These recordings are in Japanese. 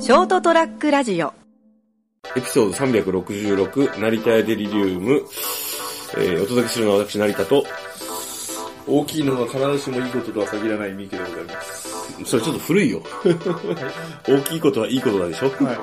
ショートトラックラジオエピソード366成田屋デリリウム、お届けするのは私成田と、 大きいのが必ずしもいいこととは限らない三池でございます。 それちょっと古いよ。大きいことはいいことだでしょ。 はい。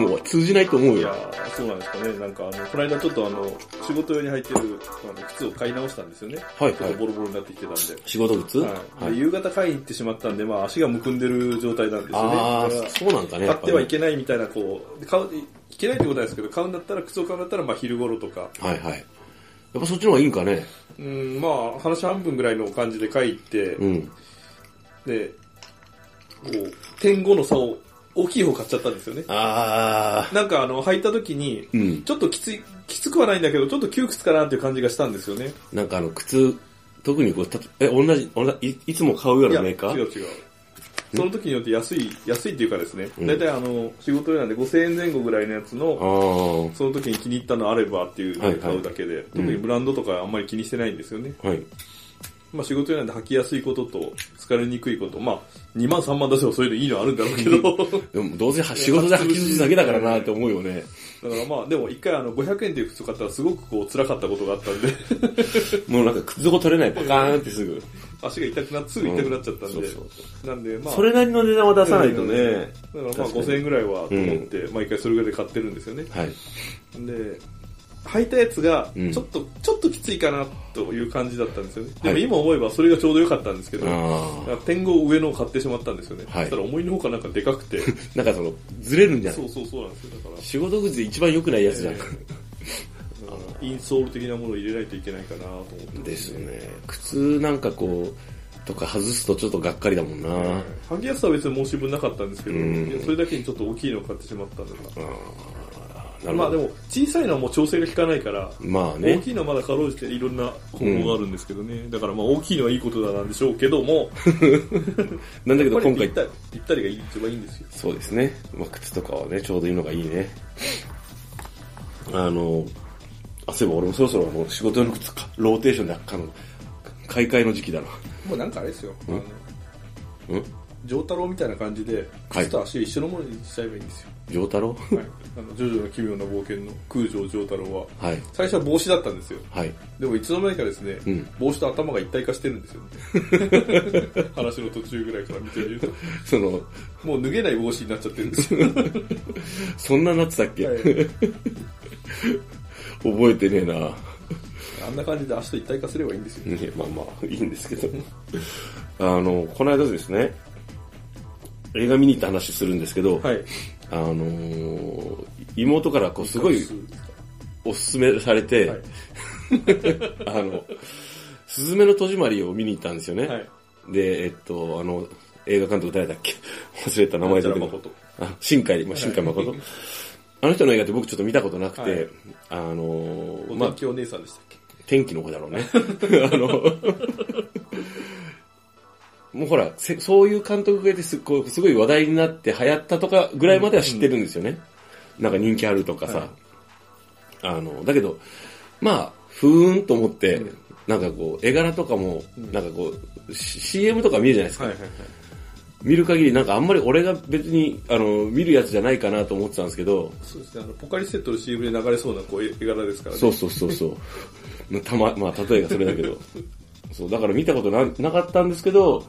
もう通じないと思うよ。 いやそうなんですかね。なんかこの間ちょっと仕事用に履いてる靴を買い直したんですよね。 はいはい。 ちょっとボロボロになってきてたんで。 仕事靴？ はい。 はい、 で夕方買いに行ってしまったんで、まあ足がむくんでる状態なんですよね。 ああ、そうなんかね。 買ってはいけないみたいな、いけないってことなんですけど、靴を買うんだったら、まあ昼頃とか。 はいはい。やっぱそっちの方がいいんかね。 まあ話半分ぐらいの感じで買い行って、で、点5の差を大きい方買っちゃったんですよね。なんか履いた時に、ちょっときつくはないんだけど、ちょっと窮屈かなっていう感じがしたんですよね。 なんか靴、特に同じ、いつも買うようなメーカー？ 違う。その時によって安いっていうかですね、だいたい仕事用なんで5000円前後ぐらいのやつの、その時に気に入ったのあればっていうのを買うだけで、特にブランドとかあんまり気にしてないんですよね。はい。まあ仕事用なんで履きやすいことと疲れにくいこと、まあ2万3万出せばそういうのいいのあるんだろうけど。 でもどうせ仕事で履きずつだけだからなって思うよね。 だからまあでも一回500円っていう靴を買ったらすごく辛かったことがあったんで。 もうなんか靴底取れないパカーンってすぐ。 足がすぐ痛くなっちゃったんで。なんでまあ。 それなりの値段は出さないとね。 だからまあ5000円ぐらいはと思って、毎回それぐらいで買ってるんですよね。はい。で、履いたやつが、ちょっときついかなという感じだったんですよね。でも今思えばそれがちょうど良かったんですけど、天狗上のを買ってしまったんですよね。そしたら思いのほかなんかでかくて。 なんかずれるんじゃない？ そうなんですよ。だから。 仕事靴で一番良くないやつじゃん。 インソール的なものを入れないといけないかなと思って。 ですね。靴なんかとか外すとちょっとがっかりだもんな。 履きやすさは別に申し分なかったんですけど、それだけにちょっと大きいのを買ってしまったんだな。まあでも小さいのはもう調整が効かないから、まあね、大きいのはまだかろうじていろんな方法があるんですけどね。だからまあ大きいのはいいことだなんでしょうけども、 なんだけど今回ぴったりが一番いいんですよ。 そうですね。まあ靴とかはねちょうどいいのがいいね。そういえば俺もそろそろもう仕事用の靴かローテーションで買い替えの時期だな。もうなんかあれですよ。丈太郎みたいな感じで、靴と足一緒のものにしちゃえばいいんですよ。 丈太郎？はい。 ジョジョの奇妙な冒険の空城丈太郎は、最初は帽子だったんですよ。はい。でもいつの間にかですね、帽子と頭が一体化してるんですよね。話の途中ぐらいから見てみると。もう脱げない帽子になっちゃってるんですよ。 そんななってたっけ？覚えてねえな。 あんな感じで足と一体化すればいいんですよ。 まあいいんですけど。この間ですね、映画見に行った話するんですけど、妹からすごいおすすめされて、すずめの戸締まりを見に行ったんですよね。で、映画監督誰だっけ？忘れた名前だけど。新海誠。あの人の映画って僕ちょっと見たことなくて、 お天気お姉さんでしたっけ？ 天気の方だろうね。もうほら、そういう監督がいてすごい話題になって流行ったとかぐらいまでは知ってるんですよね。なんか人気あるとかさ。だけど、まあ、ふーんと思って、なんか絵柄とかも、なんかCM とか見るじゃないですか。見る限りなんかあんまり俺が別に見るやつじゃないかなと思ってたんですけど。 そうですね。ポカリスエットの CM で流れそうな絵柄ですからね。 そう。まあ例えがそれだけど。そうだから見たことなかったんですけど、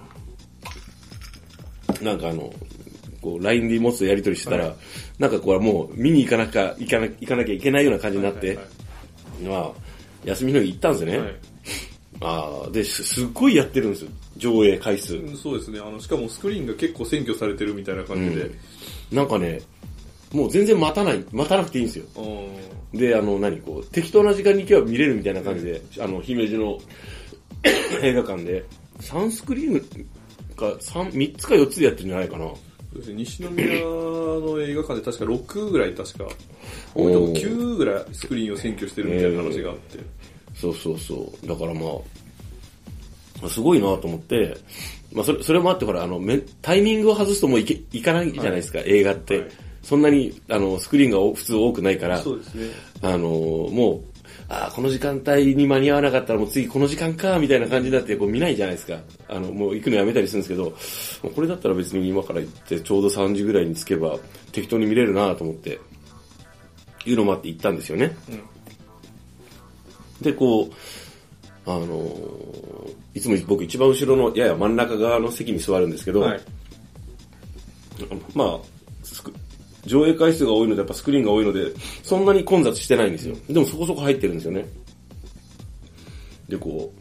なんかLINE で持つやり取りしてたら、なんかこれもう見に行かなきゃいけないような感じになって、まあ休みの日行ったんですよね。で、すっごいやってるんですよ。上映回数。 そうですね。しかもスクリーンが結構占拠されてるみたいな感じで。 なんかね、もう全然待たなくていいんですよ。で、適当な時間に行けば見れるみたいな感じで、姫路の映画館で、3スクリーンか、3つか4つでやってるんじゃないかな。 そうですね。西宮の映画館で確か6ぐらい多いとこ9ぐらいスクリーンを占拠してるみたいな話があって。 そう。だからまあ、すごいなと思って、まあそれもあってほら、タイミングを外すともういかないじゃないですか、映画って。そんなに、スクリーンが普通多くないから、 そうですね。 もう、 この時間帯に間に合わなかったらもう次この時間か、みたいな感じになってこう見ないじゃないですか。もう行くのやめたりするんですけど、もうこれだったら別に今から行ってちょうど3時ぐらいに着けば適当に見れるなと思って、いうのもあって行ったんですよね。で、こう、いつも僕一番後ろのやや真ん中側の席に座るんですけど、はい、まあ、上映回数が多いのでやっぱスクリーンが多いので、そんなに混雑してないんですよ。でもそこそこ入ってるんですよね。で、こ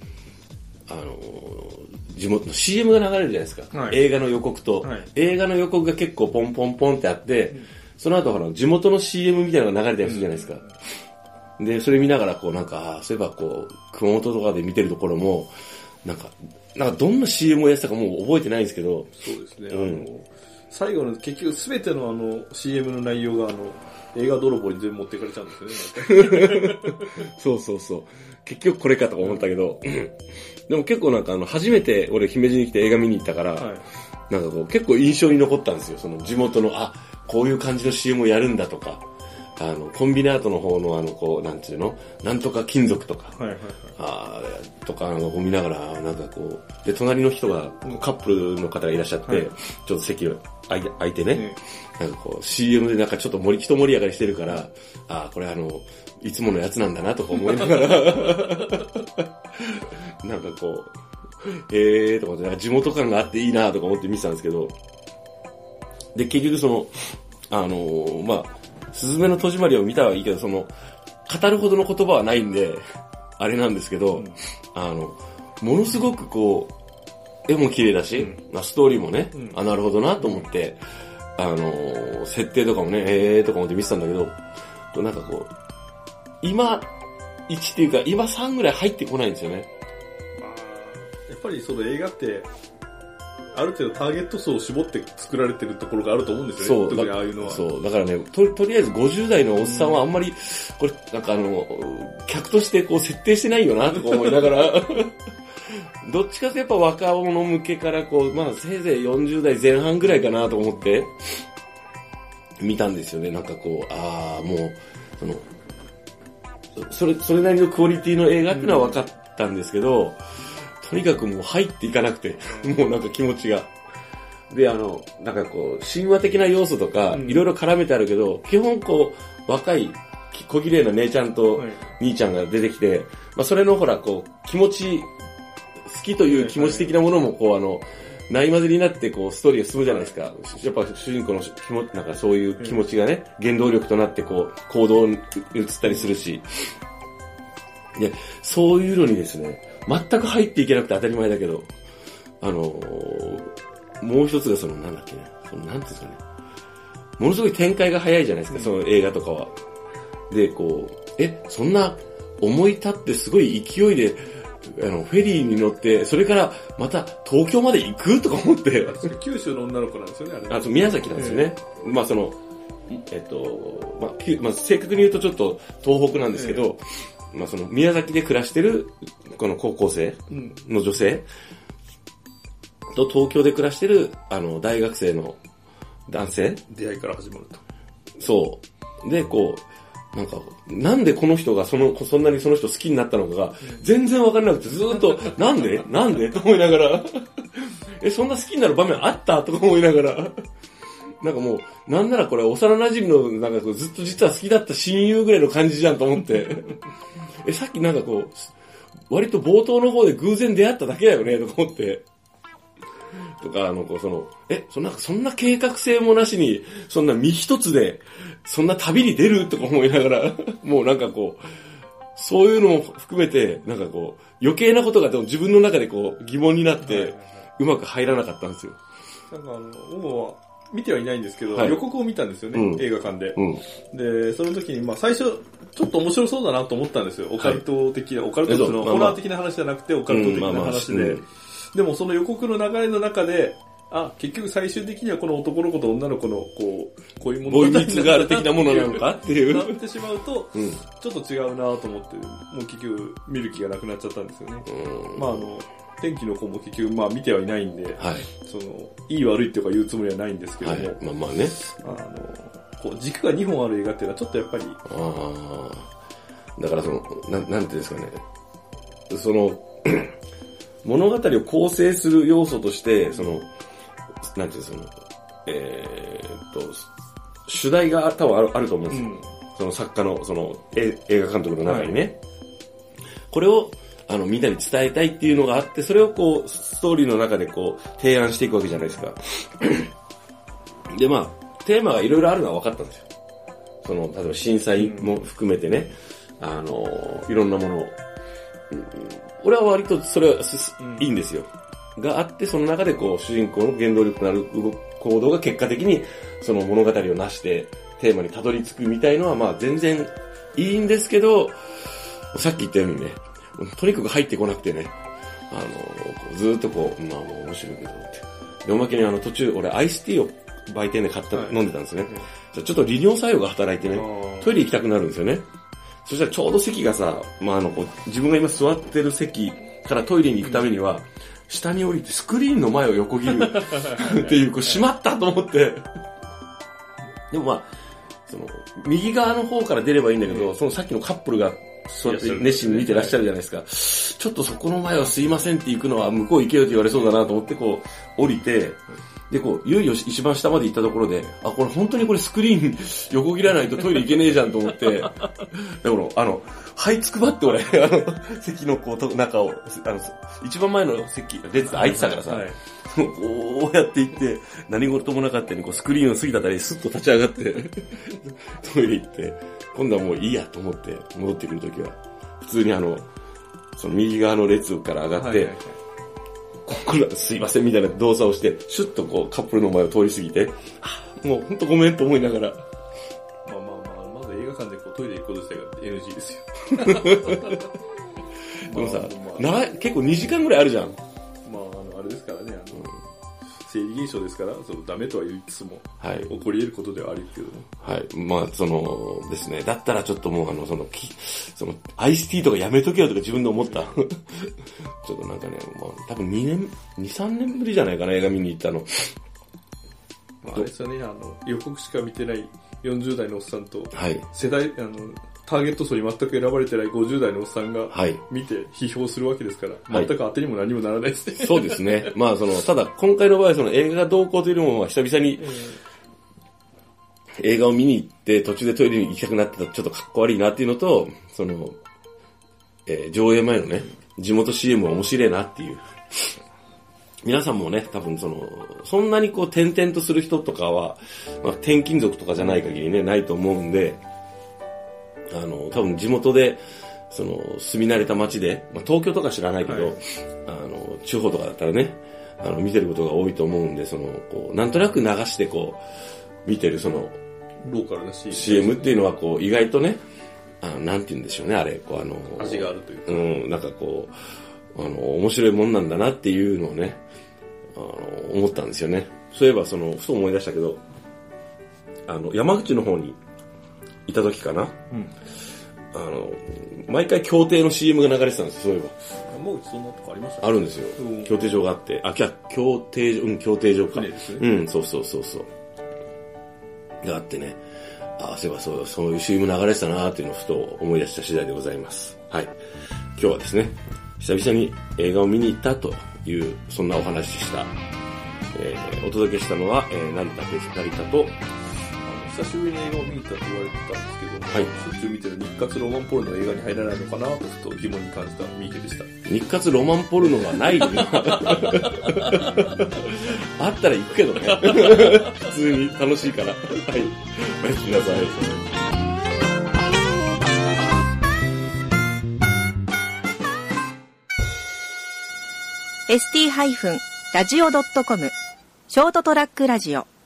う、地元の CM が流れるじゃないですか。はい、映画の予告と、はい。映画の予告が結構ポンポンポンってあって、その後地元の CM みたいなのが流れたりするじゃないですか。で、それ見ながらこうなんか、そういえばこう、熊本とかで見てるところも、なんかどんな CM をやってたかもう覚えてないんですけど。 そうですね。最後の結局すべてのCM の内容が映画泥棒に全部持ってかれちゃうんですよね。 そうそうそう。結局これかとか思ったけど、でも結構なんか初めて俺姫路に来て映画見に行ったから、はい、なんかこう結構印象に残ったんですよ。その地元の、こういう感じの CM をやるんだとか、コンビナートの方のこう、なんていうのなんとか金属とか、はいはいはい、とか見ながら、なんかこう、で、隣の人が、カップルの方がいらっしゃって、はい、ちょっと席が空いてね、なんかこう、CM でなんかちょっと一盛り上がりしてるから、これいつものやつなんだなとか思いながら、なんかこう、とかなんか地元感があっていいなとか思って見てたんですけど、で、結局まあ、すずめの戸締まりを見たはいいけど、語るほどの言葉はないんで、あれなんですけど、ものすごくこう、絵も綺麗だし、ストーリーもね、なるほどなと思って、設定とかもね、とか思って見てたんだけど、なんかこう、今1っていうか、今3ぐらい入ってこないんですよね。 やっぱりその映画って、ある程度ターゲット層を絞って作られてるところがあると思うんですよね。特にああいうのは。 そう。だからね、とりあえず50代のおっさんはあんまり、これ、なんか客としてこう設定してないよな、とか思いながら、どっちかとやっぱ若者向けからこう、まあせいぜい40代前半ぐらいかなと思って、見たんですよね。なんかこう、もう、それなりのクオリティの映画っていうのは分かったんですけど、とにかくもう入っていかなくて、もうなんか気持ちが。で、なんかこう、神話的な要素とか、いろいろ絡めてあるけど、基本こう、若い、小綺麗な姉ちゃんと兄ちゃんが出てきて、まあそれのほら、こう、気持ち、好きという気持ち的なものもこう、ないまぜになってこう、ストーリーが進むじゃないですか。やっぱ主人公のなんかそういう気持ちがね、原動力となってこう、行動に移ったりするし、で、そういうのにですね、全く入っていけなくて当たり前だけど、もう一つがなんだっけね、なんていうんですかね、ものすごい展開が早いじゃないですか、その映画とかは。で、こう、そんな思い立ってすごい勢いで、フェリーに乗って、それからまた東京まで行くとか思って。 九州の女の子なんですよね、 あれ。宮崎なんですよね。まあまあ正確に言うとちょっと東北なんですけど、まあ宮崎で暮らしてる、この高校生の女性と東京で暮らしてる、大学生の男性。 出会いから始まると。 そう。で、こう、なんでこの人がそんなにその人好きになったのかが、全然わからなくてずーっと、なんでと思いながら、そんな好きになる場面あったとか思いながら、なんかもう、なんならこれ幼馴染の、なんかこうずっと実は好きだった親友ぐらいの感じじゃんと思って、さっきなんかこう、割と冒頭の方で偶然出会っただけだよね、とか思って、とか、そんな計画性もなしに、そんな身一つで、そんな旅に出るとか思いながら、もうなんかこう、そういうのも含めて、なんかこう、余計なことが自分の中でこう、疑問になって、うまく入らなかったんですよ。 なんか僕は見てはいないんですけど、予告を見たんですよね、映画館で。で、その時に、まあ最初、ちょっと面白そうだなと思ったんですよ。オカルト的な、オカルトのホラー的な話じゃなくて、オカルト的な話で。でもその予告の流れの中で、結局最終的にはこの男の子と女の子の、こういうものボイミーツガール的なものなのかっていう。 なってしまうと、ちょっと違うなと思って、もう結局見る気がなくなっちゃったんですよね。まあ天気の子も結局まあ見てはいないんで、いい悪いっていうか言うつもりはないんですけども、 まあね。 こう軸が2本ある映画っていうのはちょっとやっぱり、 だからなんていうんですかね、物語を構成する要素として、なんていうんですか、主題が多分あると思うんですよ。その作家の、映画監督の中にね。これを、みんなに伝えたいっていうのがあって、それをこう、ストーリーの中でこう、提案していくわけじゃないですか。で、まあ、テーマがいろいろあるのは分かったんですよ。例えば震災も含めてね、いろんなものを、俺は割とそれはいいんですよ。があって、その中でこう、主人公の原動力となる行動が結果的に、その物語を成して、テーマにたどり着くみたいのは、まあ全然いいんですけど、さっき言ったようにね、とにかく入ってこなくてね、ずーっとこう、まあもう面白いけどって。で、おまけに途中、俺アイスティーを売店で飲んでたんですね。ちょっと利尿作用が働いてね、トイレ行きたくなるんですよね。そしたらちょうど席がさ、まあ自分が今座ってる席からトイレに行くためには、下に降りてスクリーンの前を横切るっていう、しまったと思って。でもまあ、右側の方から出ればいいんだけど、さっきのカップルがそうやって熱心に見てらっしゃるじゃないですか。ちょっとそこの前はすいませんって行くのは向こう行けよって言われそうだなと思ってこう、降りて、でこう、いよいよ一番下まで行ったところで、これ本当にこれスクリーン横切らないとトイレ行けねえじゃんと思って、で這いつくばって俺、席のこう、中を、一番前の席、列空いてたからさ、こうやって行って、何事もなかったようにこうスクリーンを過ぎたあたりスッと立ち上がって、トイレ行って、今度はもういいやと思って戻ってくるときは、普通にその右側の列から上がって、これすいませんみたいな動作をして、シュッとこうカップルの前を通り過ぎて、もうほんとごめんと思いながら。 まず映画館でこうトイレ行くこと自体が NG ですよ。 でもさ、結構2時間ぐらいあるじゃん。 あれですからね、生理現象ですから、ダメとは言いつつも、はい、起こり得ることではあるけども。 はい。まあ、ですね。だったらちょっともうアイスティーとかやめとけよとか自分で思った。ちょっとなんかね、多分2、3年ぶりじゃないかな、映画見に行ったの。 あれですよね、予告しか見てない40代のおっさんと、 はい。 世代、ターゲット層に全く選ばれてない50代のおっさんが、見て批評するわけですから、全く当てにも何もならないですね。 そうですね。まあただ今回の場合映画同行というよりも、久々に、映画を見に行って途中でトイレに行きたくなってたらちょっとかっこ悪いなっていうのと、上映前のね、地元 CM は面白いなっていう。皆さんもね、多分そんなにこう転々とする人とかは、まあ、転勤族とかじゃない限りね、ないと思うんで、多分地元で、住み慣れた街で、まあ、東京とか知らないけど、地方とかだったらね、見てることが多いと思うんで、こう、なんとなく流してこう、見てるローカルな CM っていうのはこう、意外とね、なんて言うんでしょうね、あれ、こう味があるというか。 なんかこう、面白いもんなんだなっていうのをね、思ったんですよね。そういえばふと思い出したけど、山口の方にいた時かな、毎回競艇の CM が流れてたんですよ、そういえば。 山口そんなとこありましたあるんですよ。競艇場があって、競艇場か。 船ですね。 そう。があってね、そういえばそういう CM 流れてたなーっていうのをふと思い出した次第でございます。はい。今日はですね、久々に映画を見に行ったという、そんなお話でした。お届けしたのは、成田と、 久しぶりに映画を見に行ったと言われてたんですけど、しょっちゅう見てる日活ロマンポルノの映画に入らないのかなとふと疑問に感じた三池でした。 日活ロマンポルノはないよあったら行くけどね。普通に楽しいから。はい。おやすみなさい。 ST-radio.com ショートトラックラジオ